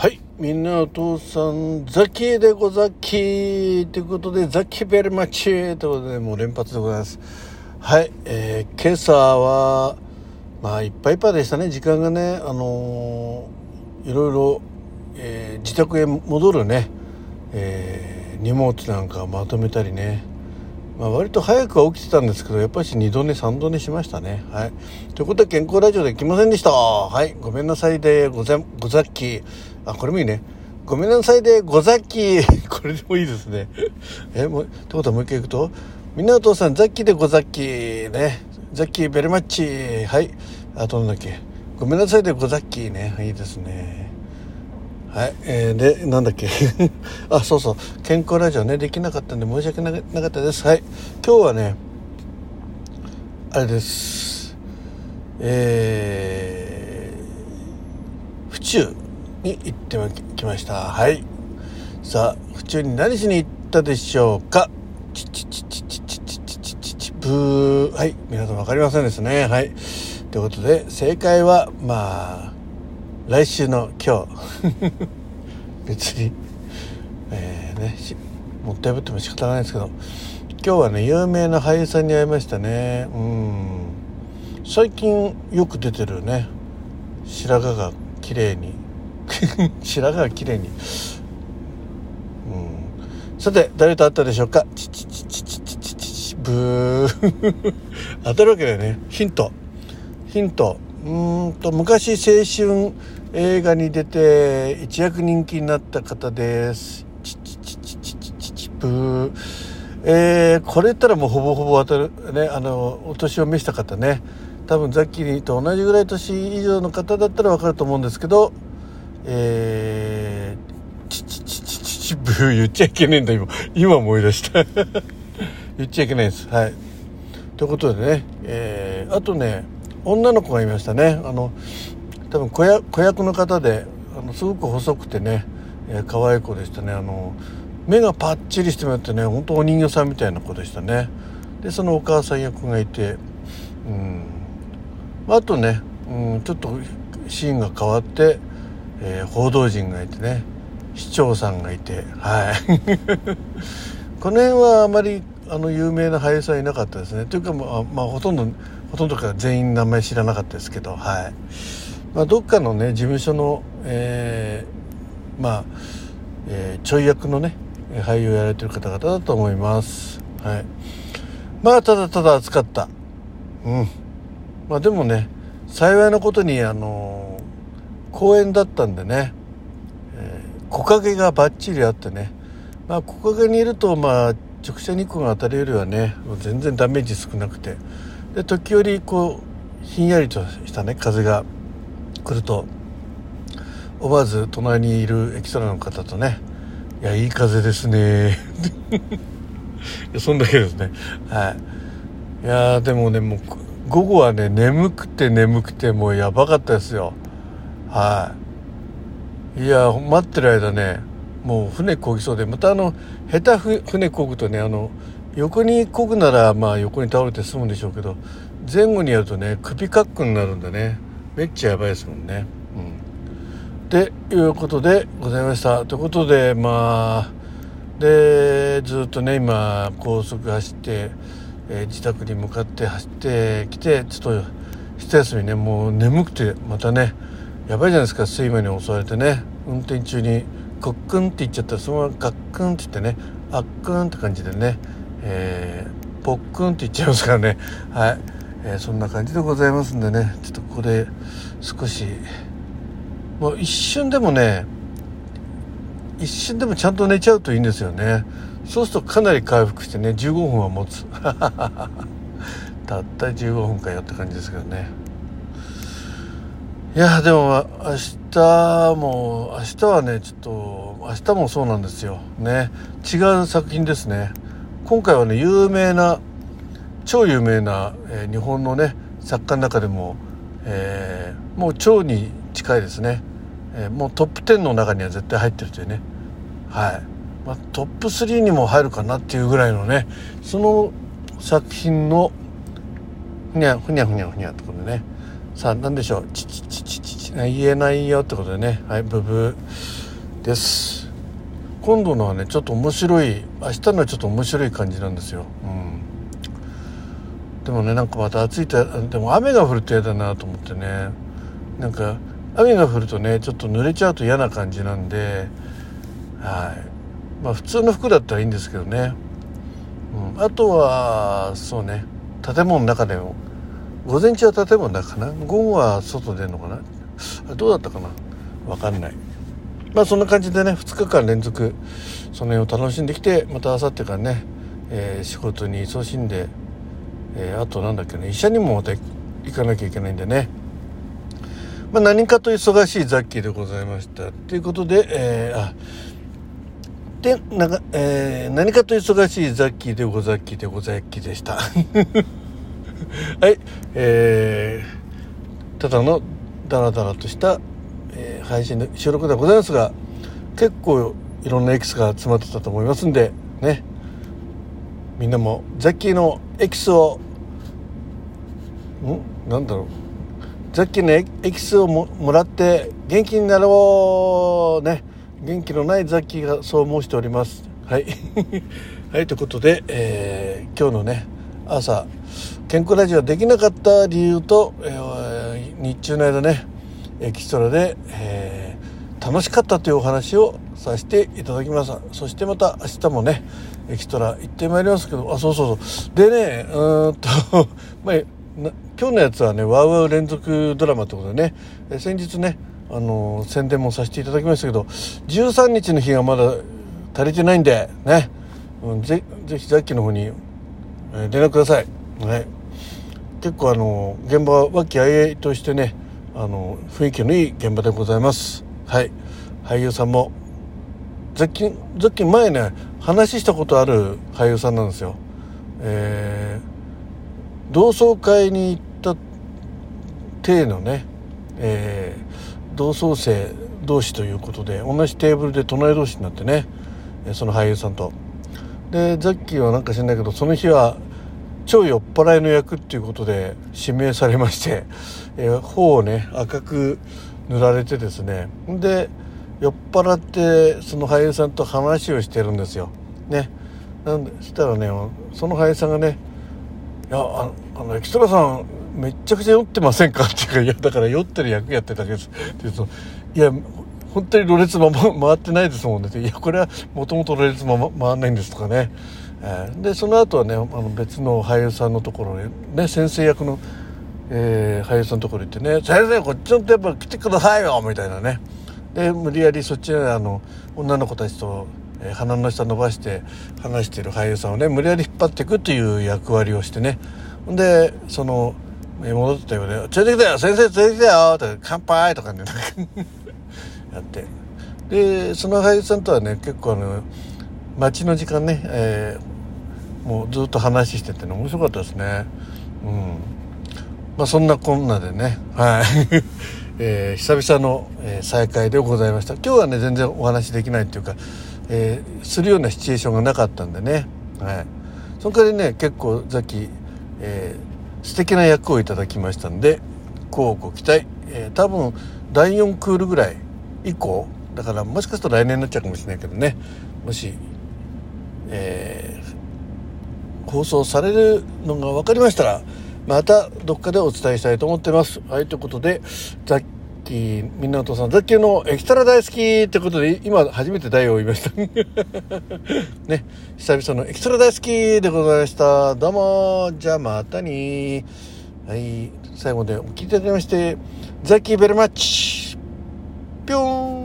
はい、みんなお父さんザキでござきということで、ザキベルマッチということで、もう連発でございます。はい、今朝はいっぱいいっぱいでしたね。時間がね、いろいろ、自宅へ戻るね、荷物なんかまとめたりね、割と早くは起きてたんですけど、やっぱり2度寝3度寝しましたね。はい。ということで、健康ラジオできませんでした。はい。ごめんなさいでござっき。これもいいね。ごめんなさいでござっき。これでもいいですね。ってことはもう一回いくと、みんなお父さんザッキでござっき。ね。ザッキベルマッチ。はい。あとなんだっけ。ごめんなさいでござっきね。いいですね。はい、で、なんだっけそうそう、健康ラジオね、できなかったんで申し訳なかったです。はい、今日はね、あれです、府中に行ってきました。はい、さあ、府中に何しに行ったでしょうか。ブー。はい、皆さん分かりませんですね。はい、ということで、正解は来週の今日別に、もったいぶっても仕方ないですけど、今日はね、有名な俳優さんに会いましたね。最近よく出てるね、白髪が綺麗に白髪が綺麗に、さて、誰と会ったでしょうか。ブー当たるわけだよね。ヒント昔青春映画に出て一躍人気になった方です。ブー。これ言ったらもうほぼほぼ当たるね。お年を召した方ね、多分ザッキーと同じぐらい年以上の方だったら分かると思うんですけど、ブー言っちゃいけないんだ。今思い出した言っちゃいけないです。はい、ということでね、あとね、女の子がいましたね。多分子役の方で、すごく細くてね、可愛い子でしたね。目がパッチリしてもらってね、本当お人形さんみたいな子でしたね。で、そのお母さん役がいて、あとね、ちょっとシーンが変わって、報道陣がいてね、市長さんがいて、はいこの辺はあまり有名な俳優さんいなかったですね。というか、ほとんどから全員名前知らなかったですけど、はい。どっかのね、事務所の、ちょい役のね、俳優をやられてる方々だと思います。はい。ただただ暑かった。でもね、幸いなことに公園だったんでね、木陰がバッチリあってね、木陰にいると直射日光が当たるよりはね、全然ダメージ少なくて、で時折ひんやりとしたね、風が来ると思わず隣にいるエキストラの方とね、いい風ですねそんだけですね。はい。いやでもね、もう午後はね、眠くてもうやばかったですよ。はい。いや、待ってる間ね、もう船漕ぎそうで、また下手船漕ぐとね、横に漕ぐなら横に倒れて済むんでしょうけど、前後にやるとね、首カックになるんでね、めっちゃやばいですもんね。っていうことでございました。ということで、でずっとね、今高速走って、自宅に向かって走ってきて、ちょっと一休みね、もう眠くてまたね、やばいじゃないですか。睡魔に襲われてね、運転中にコックンって言っちゃったら、そのままガックンって言ってね、あっくんって感じでね、ポックンって言っちゃいますからね。はい、そんな感じでございますんでね、ちょっとここで少し、もう一瞬でもちゃんと寝ちゃうといいんですよね。そうするとかなり回復してね、15分は持つたった15分かよって感じですけどね。いやでも明日はね、ちょっと明日もそうなんですよね。違う作品ですね。今回はね、超有名な、日本のね、作家の中でも、もう超に近いですね。もうトップ10の中には絶対入ってるというね。はい。トップ3にも入るかなっていうぐらいのね、その作品のふにゃところでね、 さあ何でしょう、言えないよってことでね、はい、ブブーです。今度のはねちょっと面白い、明日のはちょっと面白い感じなんですよ。でもねなんかまた暑いと、でも雨が降ると嫌だなと思ってね、なんか雨が降るとねちょっと濡れちゃうと嫌な感じなんで、はい、まあ普通の服だったらいいんですけどね、あとはそうね、建物の中でも午前中は建物の中かな、午後は外出るのかな、どうだったかな、分かんない。まあそんな感じでね2日間連続その辺を楽しんできて、また明後日からね、仕事に勤しんで、あとなんだっけね、医者にもまた行かなきゃいけないんでね、まあ、何かと忙しいザッキーでございましたということで、何かと忙しいザッキーでござっきでしたはい、ただのダラダラとした、配信の収録ではございますが、結構いろんなエキスが詰まってたと思いますんでね、みんなもザッキーのエキスをザッキーのエキスを もらって元気になろうね。元気のないザッキーがそう申しております。はいはいということで、今日のね朝健康ラジオできなかった理由と、日中の間ねエキストラで、楽しかったというお話をさせていただきました。そしてまた明日もねエキストラ行ってまいりますけど、そうでねまあ今日のやつはねワウワウ連続ドラマということでね、先日ね宣伝もさせていただきましたけど、13日の日がまだ足りてないんでね、ぜひザッキーの方に、連絡ください。はい、結構現場は和気あいあいとしてね雰囲気のいい現場でございます。はい、俳優さんもザッキー前ね話したことある俳優さんなんですよ。同窓会に行った体のね、同窓生同士ということで同じテーブルで隣同士になってね、その俳優さんとでザッキーはなんか知らないけど、その日は超酔っ払いの役っていうことで指名されまして、頬をね赤く塗られてですね、で酔っ払ってその俳優さんと話をしてるんですよね。なんでしたらねその俳優さんがね、いやエキストラさんめっちゃくちゃ酔ってませんかっていうか、いやだから酔ってる役やってたけどって言うと、いや本当にろれつ回ってないですもんねって、いやこれはもともとろれつ回んないんですとかね、でその後はね別の俳優さんのところにね先生役の、俳優さんのところに行ってね、先生こっちのテーブル来てくださいよみたいなね、で無理やりそっちに女の子たちと、鼻の下伸ばして話している俳優さんをね無理やり引っ張っていくという役割をしてね、でその戻ってたよね、連れてきたよ先生連れてきたよとか乾杯とかねやって、でその俳優さんとはね結構待ちの時間ね、もうずっと話しててね面白かったですね。まあそんなこんなでね、はい、久々の、再会でございました。今日はね全然お話できないっていうか、するようなシチュエーションがなかったんでね、はい、その代わりね結構さっき、素敵な役をいただきましたんでこうご期待、多分第4クールぐらい以降だから、もしかすると来年になっちゃうかもしれないけどね、もし、放送されるのが分かりましたらまたどっかでお伝えしたいと思ってます。はい、ということでザッキーみんなお父さんザッキーのエキストラ大好きということで今初めて題を言いましたね、久々のエキストラ大好きでございました。どうもじゃあまたに。はい、最後までお聞きいただきましてザッキーベルマッチぴょーん。